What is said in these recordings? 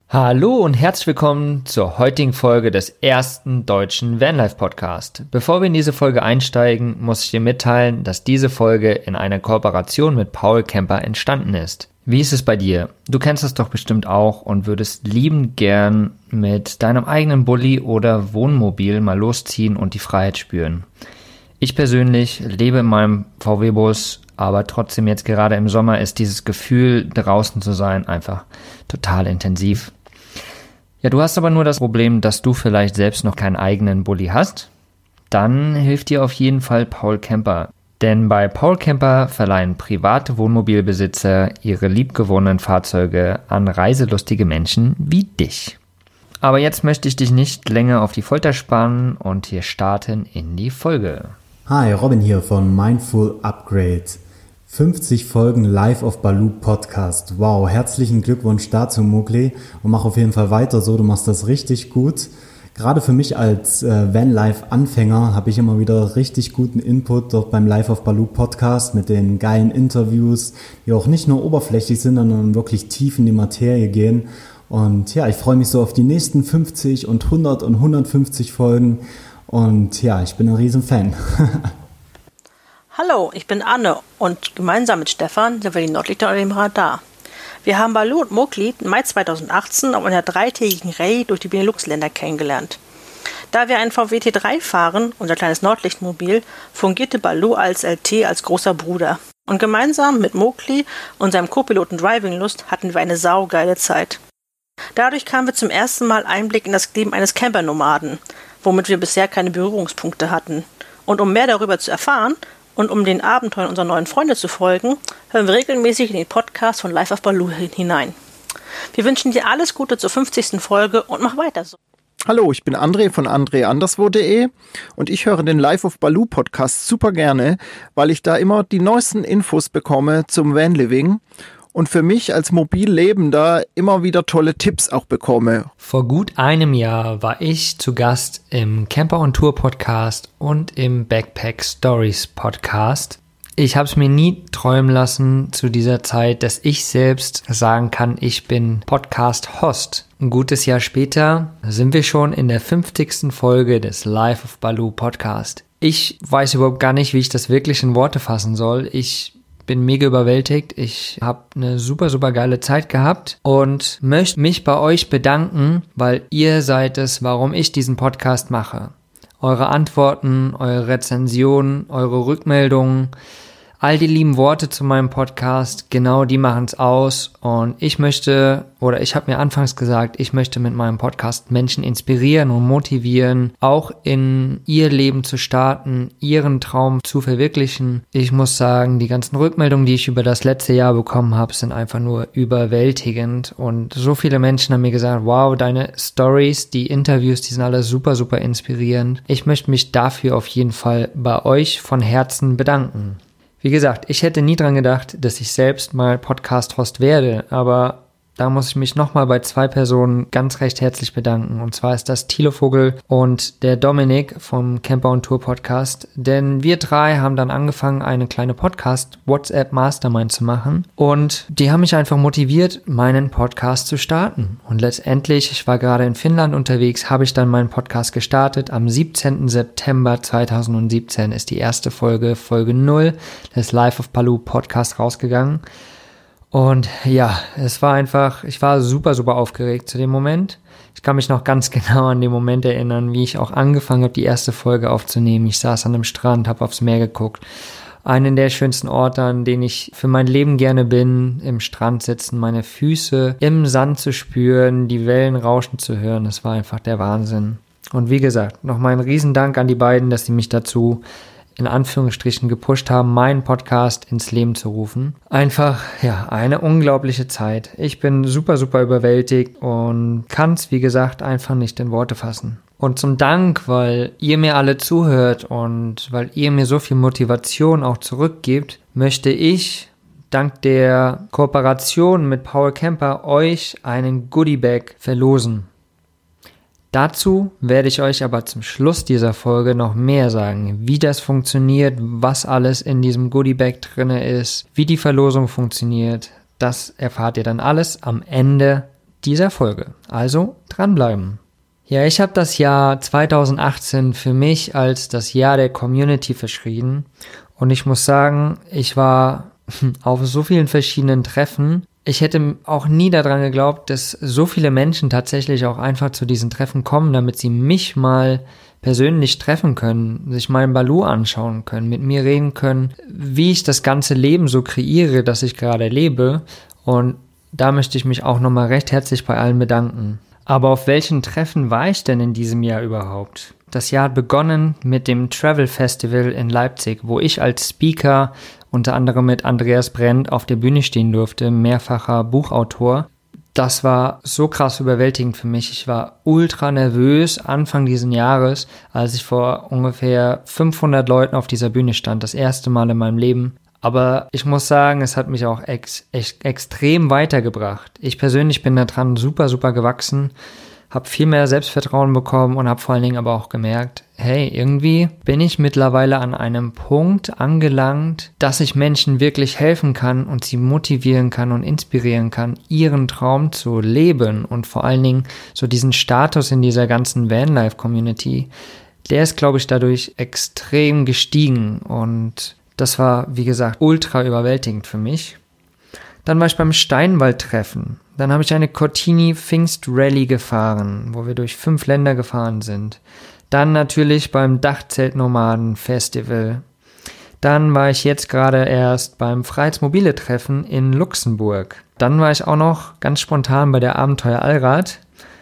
Hallo und herzlich willkommen zur heutigen Folge des ersten deutschen Vanlife-Podcast. Bevor wir in diese Folge einsteigen, muss ich dir mitteilen, dass diese Folge in einer Kooperation mit Paul Camper entstanden ist. Wie ist es bei dir? Du kennst es doch bestimmt auch und würdest liebend gern mit deinem eigenen Bulli oder Wohnmobil mal losziehen und die Freiheit spüren. Ich persönlich lebe in meinem VW-Bus, aber trotzdem jetzt gerade im Sommer ist dieses Gefühl, draußen zu sein, einfach total intensiv. Ja, du hast aber nur das Problem, dass du vielleicht selbst noch keinen eigenen Bulli hast. Dann hilft dir auf jeden Fall Paul Camper. Denn bei Paul Camper verleihen private Wohnmobilbesitzer ihre liebgewonnenen Fahrzeuge an reiselustige Menschen wie dich. Aber jetzt möchte ich dich nicht länger auf die Folter spannen und wir starten in die Folge. Hi, Robin hier von Mindful Upgrade. 50 Folgen Life of Baloo Podcast. Wow, herzlichen Glückwunsch dazu, Mugli. Und mach auf jeden Fall weiter so, du machst das richtig gut. Gerade für mich als Vanlife-Anfänger habe ich immer wieder richtig guten Input dort beim Life of Baloo Podcast mit den geilen Interviews, die auch nicht nur oberflächlich sind, sondern wirklich tief in die Materie gehen. Und ja, ich freue mich so auf die nächsten 50 und 100 und 150 Folgen. Und ja, ich bin ein Riesen-Fan. Hallo, ich bin Anne und gemeinsam mit Stefan sind wir die Nordlichter unter dem Radar. Wir haben Baloo und Mowgli im Mai 2018 auf einer dreitägigen Rallye durch die Benelux-Länder kennengelernt. Da wir einen VW T3 fahren, unser kleines Nordlichtmobil, fungierte Baloo als LT als großer Bruder. Und gemeinsam mit Mowgli und seinem Co-Piloten Driving Lust hatten wir eine saugeile Zeit. Dadurch kamen wir zum ersten Mal Einblick in das Leben eines Campernomaden, womit wir bisher keine Berührungspunkte hatten. Und um mehr darüber zu erfahren, und um den Abenteuern unserer neuen Freunde zu folgen, hören wir regelmäßig in den Podcast von Life of Baloo hinein. Wir wünschen dir alles Gute zur 50. Folge und mach weiter so. Hallo, ich bin André von andreanderswo.de und ich höre den Life of Baloo Podcast super gerne, weil ich da immer die neuesten Infos bekomme zum Vanliving und für mich als Mobillebender immer wieder tolle Tipps auch bekomme. Vor gut einem Jahr war ich zu Gast im Camper on Tour Podcast und im Backpack Stories Podcast. Ich habe es mir nie träumen lassen zu dieser Zeit, dass ich selbst sagen kann, ich bin Podcast-Host. Ein gutes Jahr später sind wir schon in der 50. Folge des Life of Baloo Podcast. Ich weiß überhaupt gar nicht, wie ich das wirklich in Worte fassen soll. Ich bin mega überwältigt. Ich habe eine super geile Zeit gehabt und möchte mich bei euch bedanken, weil ihr seid es, warum ich diesen Podcast mache. Eure Antworten, eure Rezensionen, eure Rückmeldungen, all die lieben Worte zu meinem Podcast, genau die machen es aus und ich habe mir anfangs gesagt, ich möchte mit meinem Podcast Menschen inspirieren und motivieren, auch in ihr Leben zu starten, ihren Traum zu verwirklichen. Ich muss sagen, die ganzen Rückmeldungen, die ich über das letzte Jahr bekommen habe, sind einfach nur überwältigend und so viele Menschen haben mir gesagt, wow, deine Stories, die Interviews, die sind alle super inspirierend. Ich möchte mich dafür auf jeden Fall bei euch von Herzen bedanken. Wie gesagt, ich hätte nie dran gedacht, dass ich selbst mal Podcast-Host werde, aber da muss ich mich nochmal bei zwei Personen ganz recht herzlich bedanken. Und zwar ist das Thilo Vogel und der Dominik vom Camper on Tour Podcast. Denn wir drei haben dann angefangen, eine kleine Podcast-WhatsApp-Mastermind zu machen. Und die haben mich einfach motiviert, meinen Podcast zu starten. Und letztendlich, ich war gerade in Finnland unterwegs, habe ich dann meinen Podcast gestartet. Am 17. September 2017 ist die erste Folge 0 des Life of Baloo Podcast rausgegangen. Und ja, ich war super aufgeregt zu dem Moment. Ich kann mich noch ganz genau an den Moment erinnern, wie ich auch angefangen habe, die erste Folge aufzunehmen. Ich saß an einem Strand, habe aufs Meer geguckt. Einen der schönsten Orte, an denen ich für mein Leben gerne bin, im Strand sitzen, meine Füße im Sand zu spüren, die Wellen rauschen zu hören. Das war einfach der Wahnsinn. Und wie gesagt, nochmal ein Riesendank an die beiden, dass sie mich dazu in Anführungsstrichen gepusht haben, meinen Podcast ins Leben zu rufen. Einfach, ja, eine unglaubliche Zeit. Ich bin super überwältigt und kann es, wie gesagt, einfach nicht in Worte fassen. Und zum Dank, weil ihr mir alle zuhört und weil ihr mir so viel Motivation auch zurückgebt, möchte ich dank der Kooperation mit Paul Camper euch einen Goodie-Bag verlosen. Dazu werde ich euch aber zum Schluss dieser Folge noch mehr sagen, wie das funktioniert, was alles in diesem Goodiebag drin ist, wie die Verlosung funktioniert. Das erfahrt ihr dann alles am Ende dieser Folge. Also dranbleiben. Ja, ich habe das Jahr 2018 für mich als das Jahr der Community verschrien. Und ich muss sagen, ich war auf so vielen verschiedenen Treffen. Ich hätte auch nie daran geglaubt, dass so viele Menschen tatsächlich auch einfach zu diesen Treffen kommen, damit sie mich mal persönlich treffen können, sich meinen Baloo anschauen können, mit mir reden können, wie ich das ganze Leben so kreiere, das ich gerade lebe. Und da möchte ich mich auch nochmal recht herzlich bei allen bedanken. Aber auf welchen Treffen war ich denn in diesem Jahr überhaupt? Das Jahr hat begonnen mit dem Travel Festival in Leipzig, wo ich als Speaker unter anderem mit Andreas Brent auf der Bühne stehen durfte, mehrfacher Buchautor. Das war so krass überwältigend für mich. Ich war ultra nervös Anfang dieses Jahres, als ich vor ungefähr 500 Leuten auf dieser Bühne stand, das erste Mal in meinem Leben. Aber ich muss sagen, es hat mich auch extrem weitergebracht. Ich persönlich bin daran super gewachsen, habe viel mehr Selbstvertrauen bekommen und habe vor allen Dingen aber auch gemerkt, hey, irgendwie bin ich mittlerweile an einem Punkt angelangt, dass ich Menschen wirklich helfen kann und sie motivieren kann und inspirieren kann, ihren Traum zu leben und vor allen Dingen so diesen Status in dieser ganzen Vanlife-Community, der ist, glaube ich, dadurch extrem gestiegen und das war, wie gesagt, ultra überwältigend für mich. Dann war ich beim Steinwald-Treffen. Dann habe ich eine Cortini Pfingst-Rallye gefahren, wo wir durch 5 Länder gefahren sind. Dann natürlich beim Dachzelt-Nomaden-Festival. Dann war ich jetzt gerade erst beim Freiheitsmobile-Treffen in Luxemburg. Dann war ich auch noch ganz spontan bei der Abenteuer Allrad.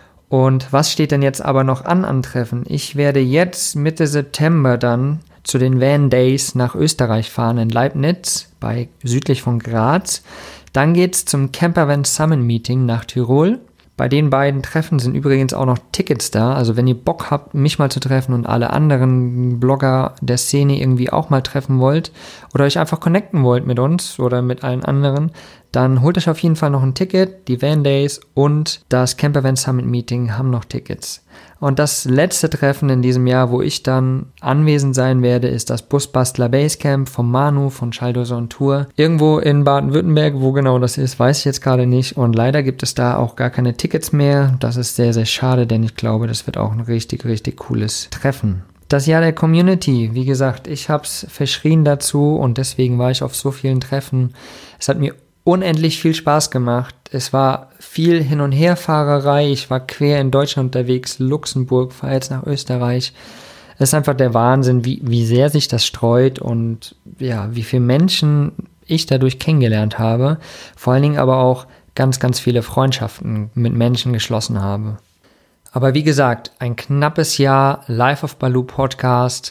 Und was steht denn jetzt aber noch an Treffen? Ich werde jetzt Mitte September dann zu den Van Days nach Österreich fahren in Leibniz, südlich von Graz. Dann geht's zum Campervan Summit Meeting nach Tirol. Bei den beiden Treffen sind übrigens auch noch Tickets da. Also wenn ihr Bock habt, mich mal zu treffen und alle anderen Blogger der Szene irgendwie auch mal treffen wollt oder euch einfach connecten wollt mit uns oder mit allen anderen, dann holt euch auf jeden Fall noch ein Ticket. Die Van Days und das Campervan Summit Meeting haben noch Tickets. Und das letzte Treffen in diesem Jahr, wo ich dann anwesend sein werde, ist das Busbastler Basecamp vom Manu von Schalldose on Tour. Irgendwo in Baden-Württemberg, wo genau das ist, weiß ich jetzt gerade nicht. Und leider gibt es da auch gar keine Tickets mehr. Das ist sehr, sehr schade, denn ich glaube, das wird auch ein richtig cooles Treffen. Das Jahr der Community, wie gesagt, ich habe es verschrien dazu und deswegen war ich auf so vielen Treffen. Es hat mir unendlich viel Spaß gemacht. Es war viel Hin- und Herfahrerei. Ich war quer in Deutschland unterwegs, Luxemburg, fahre jetzt nach Österreich. Es ist einfach der Wahnsinn, wie sehr sich das streut und ja, wie viele Menschen ich dadurch kennengelernt habe. Vor allen Dingen aber auch ganz viele Freundschaften mit Menschen geschlossen habe. Aber wie gesagt, ein knappes Jahr Life of Baloo Podcast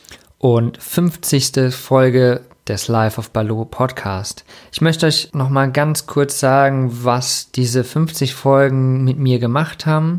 und 50. Folge des Life of Baloo Podcast. Ich möchte euch nochmal ganz kurz sagen, was diese 50 Folgen mit mir gemacht haben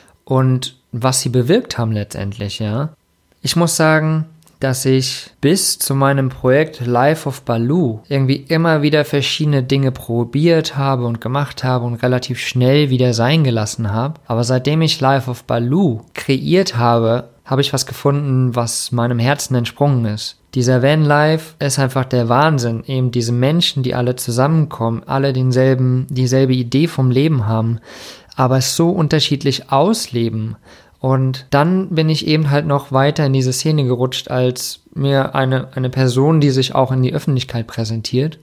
und was sie bewirkt haben letztendlich, ja. Ich muss sagen, dass ich bis zu meinem Projekt Life of Baloo irgendwie immer wieder verschiedene Dinge probiert habe und gemacht habe und relativ schnell wieder sein gelassen habe. Aber seitdem ich Life of Baloo kreiert habe, habe ich was gefunden, was meinem Herzen entsprungen ist. Dieser Vanlife ist einfach der Wahnsinn. Eben diese Menschen, die alle zusammenkommen, alle dieselbe Idee vom Leben haben, aber es so unterschiedlich ausleben. Und dann bin ich eben halt noch weiter in diese Szene gerutscht als mir eine Person, die sich auch in die Öffentlichkeit präsentiert.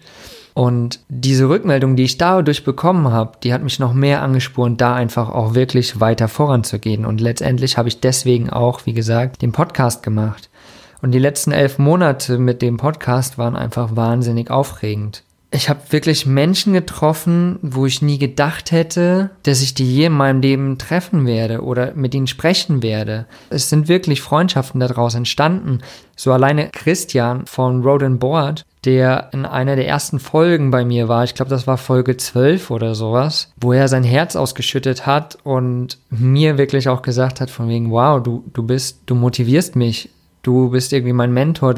Und diese Rückmeldung, die ich dadurch bekommen habe, die hat mich noch mehr angespornt, da einfach auch wirklich weiter voranzugehen. Und letztendlich habe ich deswegen auch, wie gesagt, den Podcast gemacht. Und die letzten 11 Monate mit dem Podcast waren einfach wahnsinnig aufregend. Ich habe wirklich Menschen getroffen, wo ich nie gedacht hätte, dass ich die je in meinem Leben treffen werde oder mit ihnen sprechen werde. Es sind wirklich Freundschaften daraus entstanden. So alleine Christian von Road and Board, der in einer der ersten Folgen bei mir war, ich glaube, das war Folge 12 oder sowas, wo er sein Herz ausgeschüttet hat und mir wirklich auch gesagt hat von wegen, wow, du motivierst mich. Du bist irgendwie mein Mentor,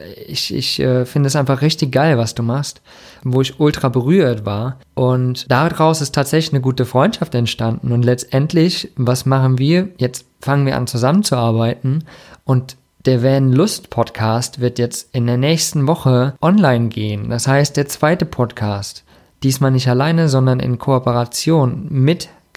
ich finde es einfach richtig geil, was du machst, wo ich ultra berührt war. Und daraus ist tatsächlich eine gute Freundschaft entstanden. Und letztendlich, was machen wir? Jetzt fangen wir an zusammenzuarbeiten und der Van Lust Podcast wird jetzt in der nächsten Woche online gehen. Das heißt, der zweite Podcast, diesmal nicht alleine, sondern in Kooperation mit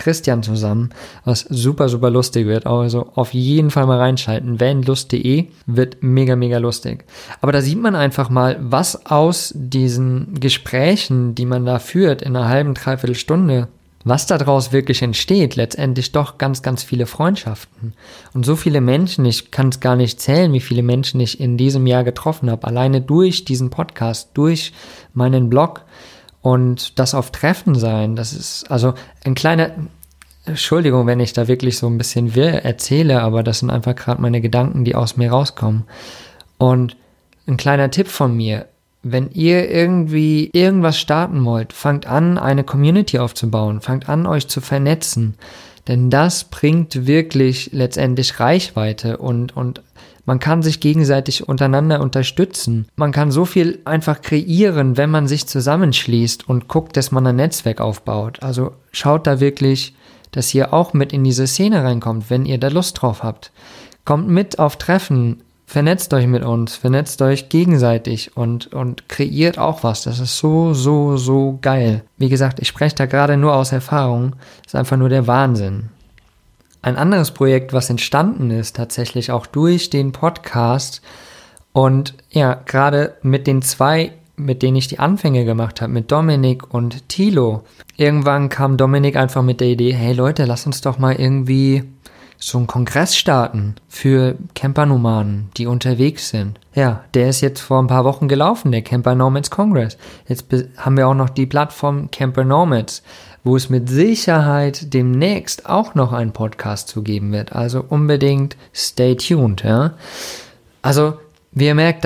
Christian zusammen, was super, super lustig wird. Also auf jeden Fall mal reinschalten. vanlust.de wird mega, mega lustig. Aber da sieht man einfach mal, was aus diesen Gesprächen, die man da führt in einer halben, dreiviertel Stunde, was daraus wirklich entsteht, letztendlich doch ganz, ganz viele Freundschaften. Und so viele Menschen, ich kann es gar nicht zählen, wie viele Menschen ich in diesem Jahr getroffen habe, alleine durch diesen Podcast, durch meinen Blog und das auf Treffen sein, das ist also ein kleiner, Entschuldigung, wenn ich da wirklich so ein bisschen wirr erzähle, aber das sind einfach gerade meine Gedanken, die aus mir rauskommen. Und ein kleiner Tipp von mir: Wenn ihr irgendwie irgendwas starten wollt, fangt an, eine Community aufzubauen, fangt an, euch zu vernetzen, denn das bringt wirklich letztendlich Reichweite und man kann sich gegenseitig untereinander unterstützen. Man kann so viel einfach kreieren, wenn man sich zusammenschließt und guckt, dass man ein Netzwerk aufbaut. Also schaut da wirklich, dass ihr auch mit in diese Szene reinkommt, wenn ihr da Lust drauf habt. Kommt mit auf Treffen, vernetzt euch mit uns, vernetzt euch gegenseitig und kreiert auch was. Das ist so, so, so geil. Wie gesagt, ich spreche da gerade nur aus Erfahrung. Das ist einfach nur der Wahnsinn. Ein anderes Projekt, was entstanden ist, tatsächlich auch durch den Podcast und ja, gerade mit den zwei, mit denen ich die Anfänge gemacht habe, mit Dominik und Thilo. Irgendwann kam Dominik einfach mit der Idee, hey Leute, lass uns doch mal irgendwie so einen Kongress starten für Camper-Nomaden, die unterwegs sind. Ja, der ist jetzt vor ein paar Wochen gelaufen, der Camper Nomads Congress. Jetzt haben wir auch noch die Plattform Camper Nomads, wo es mit Sicherheit demnächst auch noch einen Podcast zu geben wird. Also unbedingt stay tuned, ja. Also, wie ihr merkt,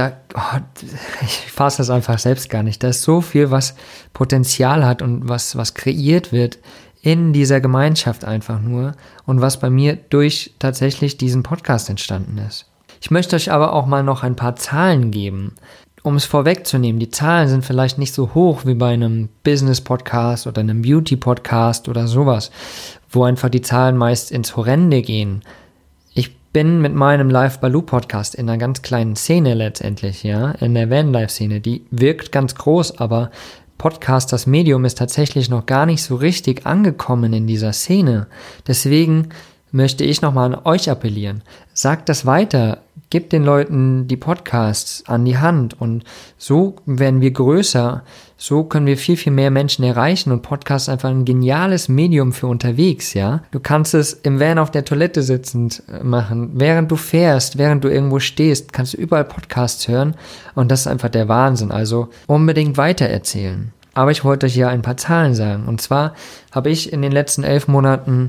ich fasse das einfach selbst gar nicht. Da ist so viel, was Potenzial hat und was kreiert wird in dieser Gemeinschaft einfach nur und was bei mir durch tatsächlich diesen Podcast entstanden ist. Ich möchte euch aber auch mal noch ein paar Zahlen geben, um es vorwegzunehmen. Die Zahlen sind vielleicht nicht so hoch wie bei einem Business-Podcast oder einem Beauty-Podcast oder sowas, wo einfach die Zahlen meist ins Horrende gehen. Ich bin mit meinem Live Baloo Podcast in einer ganz kleinen Szene letztendlich, ja, in der Vanlife-Szene. Die wirkt ganz groß, aber Podcast, das Medium, ist tatsächlich noch gar nicht so richtig angekommen in dieser Szene. Deswegen möchte ich nochmal an euch appellieren. Sagt das weiter, gebt den Leuten die Podcasts an die Hand und so werden wir größer, so können wir viel, viel mehr Menschen erreichen und Podcast ist einfach ein geniales Medium für unterwegs, ja. Du kannst es im Van auf der Toilette sitzend machen, während du fährst, während du irgendwo stehst, kannst du überall Podcasts hören und das ist einfach der Wahnsinn, also unbedingt weitererzählen. Aber ich wollte euch hier ein paar Zahlen sagen. Und zwar habe ich in den letzten 11 Monaten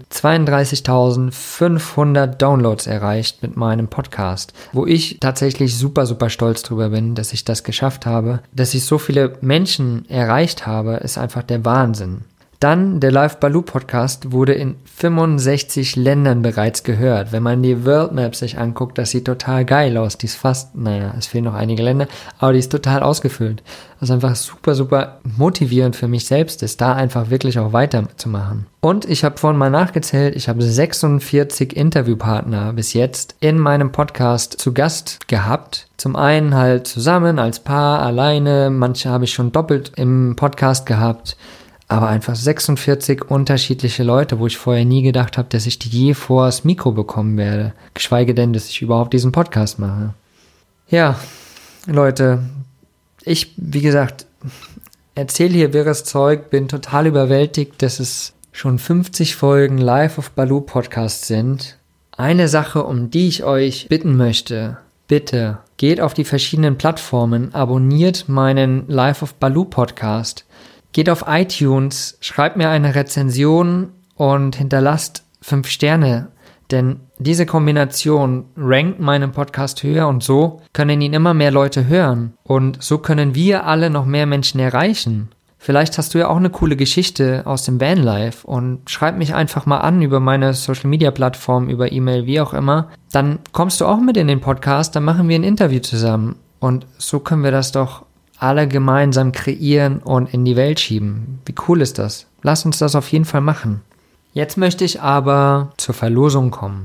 32.500 Downloads erreicht mit meinem Podcast, wo ich tatsächlich super, super stolz drüber bin, dass ich das geschafft habe. Dass ich so viele Menschen erreicht habe, ist einfach der Wahnsinn. Dann, der Live Baloo Podcast wurde in 65 Ländern bereits gehört. Wenn man die World Map sich anguckt, das sieht total geil aus. Die ist fast, es fehlen noch einige Länder, aber die ist total ausgefüllt. Was einfach super, super motivierend für mich selbst ist, da einfach wirklich auch weiterzumachen. Und ich habe vorhin mal nachgezählt, ich habe 46 Interviewpartner bis jetzt in meinem Podcast zu Gast gehabt. Zum einen halt zusammen, als Paar, alleine, manche habe ich schon doppelt im Podcast gehabt. Aber einfach 46 unterschiedliche Leute, wo ich vorher nie gedacht habe, dass ich die je vors Mikro bekommen werde. Geschweige denn, dass ich überhaupt diesen Podcast mache. Ja, Leute, ich, wie gesagt, erzähle hier wirres Zeug, bin total überwältigt, dass es schon 50 Folgen Live of Baloo Podcast sind. Eine Sache, um die ich euch bitten möchte, bitte geht auf die verschiedenen Plattformen, abonniert meinen Live of Baloo Podcast. Geht auf iTunes, schreibt mir eine Rezension und hinterlasst 5 Sterne, denn diese Kombination rankt meinen Podcast höher und so können ihn immer mehr Leute hören und so können wir alle noch mehr Menschen erreichen. Vielleicht hast du ja auch eine coole Geschichte aus dem Vanlife und schreib mich einfach mal an über meine Social-Media-Plattform, über E-Mail, wie auch immer. Dann kommst du auch mit in den Podcast, dann machen wir ein Interview zusammen und so können wir das doch alle gemeinsam kreieren und in die Welt schieben. Wie cool ist das? Lass uns das auf jeden Fall machen. Jetzt möchte ich aber zur Verlosung kommen.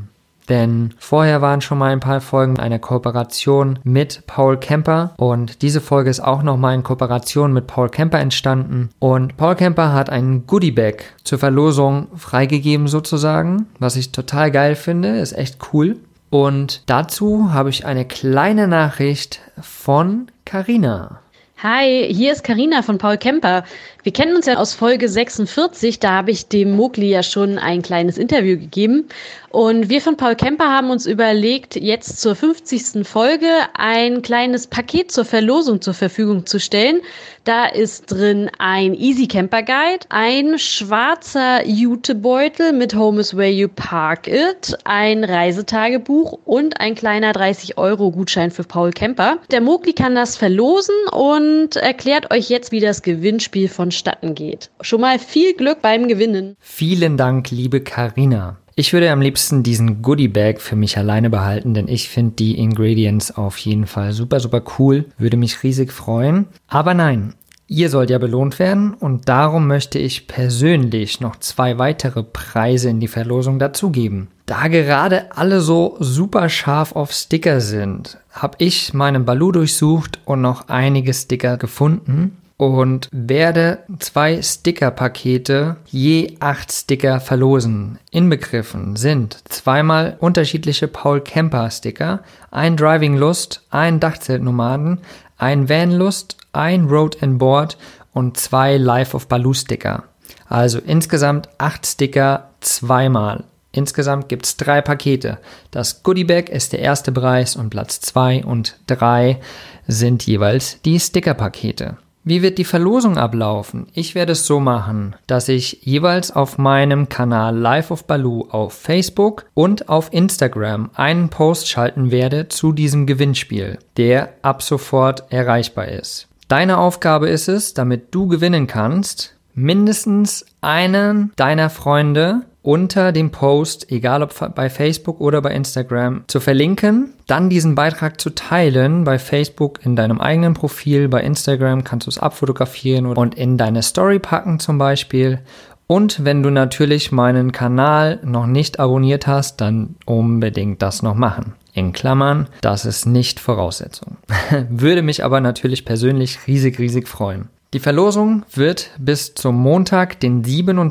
denn vorher waren schon mal ein paar Folgen einer Kooperation mit Paul Kemper und diese Folge ist auch nochmal in Kooperation mit Paul Kemper entstanden und Paul Kemper hat ein Goodiebag zur Verlosung freigegeben sozusagen, was ich total geil finde, ist echt cool. Und dazu habe ich eine kleine Nachricht von Carina. Hi, hier ist Carina von Paul Kemper. Wir kennen uns ja aus Folge 46, da habe ich dem Mowgli ja schon ein kleines Interview gegeben. Und wir von Paul Kemper haben uns überlegt, jetzt zur 50. Folge ein kleines Paket zur Verlosung zur Verfügung zu stellen. Da ist drin ein Easy Camper Guide, ein schwarzer Jutebeutel mit Home is where you park it, ein Reisetagebuch und ein kleiner 30-Euro-Gutschein für Paul Kemper. Der Mowgli kann das verlosen und erklärt euch jetzt, wie das Gewinnspiel vonstatten geht. Schon mal viel Glück beim Gewinnen. Vielen Dank, liebe Carina. Ich würde am liebsten diesen Goodie-Bag für mich alleine behalten, denn ich finde die Ingredients auf jeden Fall super, super cool. Würde mich riesig freuen. Aber nein, ihr sollt ja belohnt werden und darum möchte ich persönlich noch 2 weitere Preise in die Verlosung dazugeben. Da gerade alle so super scharf auf Sticker sind, habe ich meinen Baloo durchsucht und noch einige Sticker gefunden. Und werde 2 Sticker-Pakete, je 8 Sticker verlosen. Inbegriffen sind 2-mal unterschiedliche Paul Kemper Sticker, ein Driving Lust, ein Dachzeltnomaden, ein Van Lust, ein Road and Board und 2 Life of Baloo Sticker. Also insgesamt 8 Sticker 2-mal. Insgesamt gibt es 3 Pakete. Das Goodiebag ist der erste Preis und Platz 2 und 3 sind jeweils die Sticker-Pakete. Wie wird die Verlosung ablaufen? Ich werde es so machen, dass ich jeweils auf meinem Kanal Life of Baloo auf Facebook und auf Instagram einen Post schalten werde zu diesem Gewinnspiel, der ab sofort erreichbar ist. Deine Aufgabe ist es, damit du gewinnen kannst, mindestens einen deiner Freunde unter dem Post, egal ob bei Facebook oder bei Instagram, zu verlinken, dann diesen Beitrag zu teilen bei Facebook in deinem eigenen Profil, bei Instagram kannst du es abfotografieren und in deine Story packen zum Beispiel. Und wenn du natürlich meinen Kanal noch nicht abonniert hast, dann unbedingt das noch machen. In Klammern, das ist nicht Voraussetzung. Würde mich aber natürlich persönlich riesig, riesig freuen. Die Verlosung wird bis zum Montag, den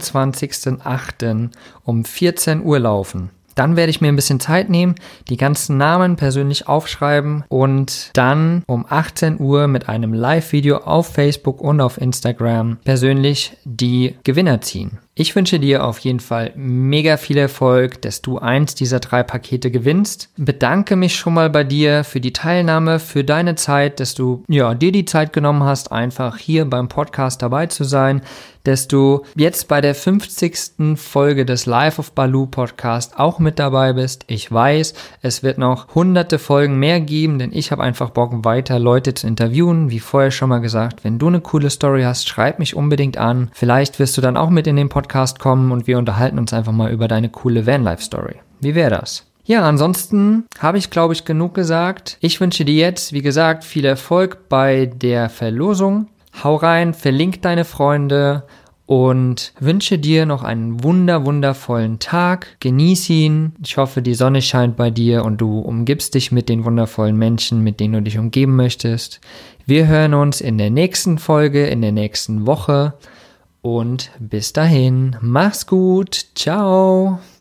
27.08. um 14 Uhr laufen. Dann werde ich mir ein bisschen Zeit nehmen, die ganzen Namen persönlich aufschreiben und dann um 18 Uhr mit einem Live-Video auf Facebook und auf Instagram persönlich die Gewinner ziehen. Ich wünsche dir auf jeden Fall mega viel Erfolg, dass du eins dieser 3 Pakete gewinnst. Bedanke mich schon mal bei dir für die Teilnahme, für deine Zeit, dass du dir die Zeit genommen hast, einfach hier beim Podcast dabei zu sein, dass du jetzt bei der 50. Folge des Life of Baloo Podcast auch mit dabei bist. Ich weiß, es wird noch hunderte Folgen mehr geben, denn ich habe einfach Bock, weiter Leute zu interviewen. Wie vorher schon mal gesagt, wenn du eine coole Story hast, schreib mich unbedingt an. Vielleicht wirst du dann auch mit in den Podcast kommen und wir unterhalten uns einfach mal über deine coole Vanlife-Story. Wie wäre das? Ja, ansonsten habe ich, glaube ich, genug gesagt. Ich wünsche dir jetzt, wie gesagt, viel Erfolg bei der Verlosung. Hau rein, verlink deine Freunde und wünsche dir noch einen wundervollen Tag. Genieß ihn. Ich hoffe, die Sonne scheint bei dir und du umgibst dich mit den wundervollen Menschen, mit denen du dich umgeben möchtest. Wir hören uns in der nächsten Folge, in der nächsten Woche. Und bis dahin, mach's gut, ciao.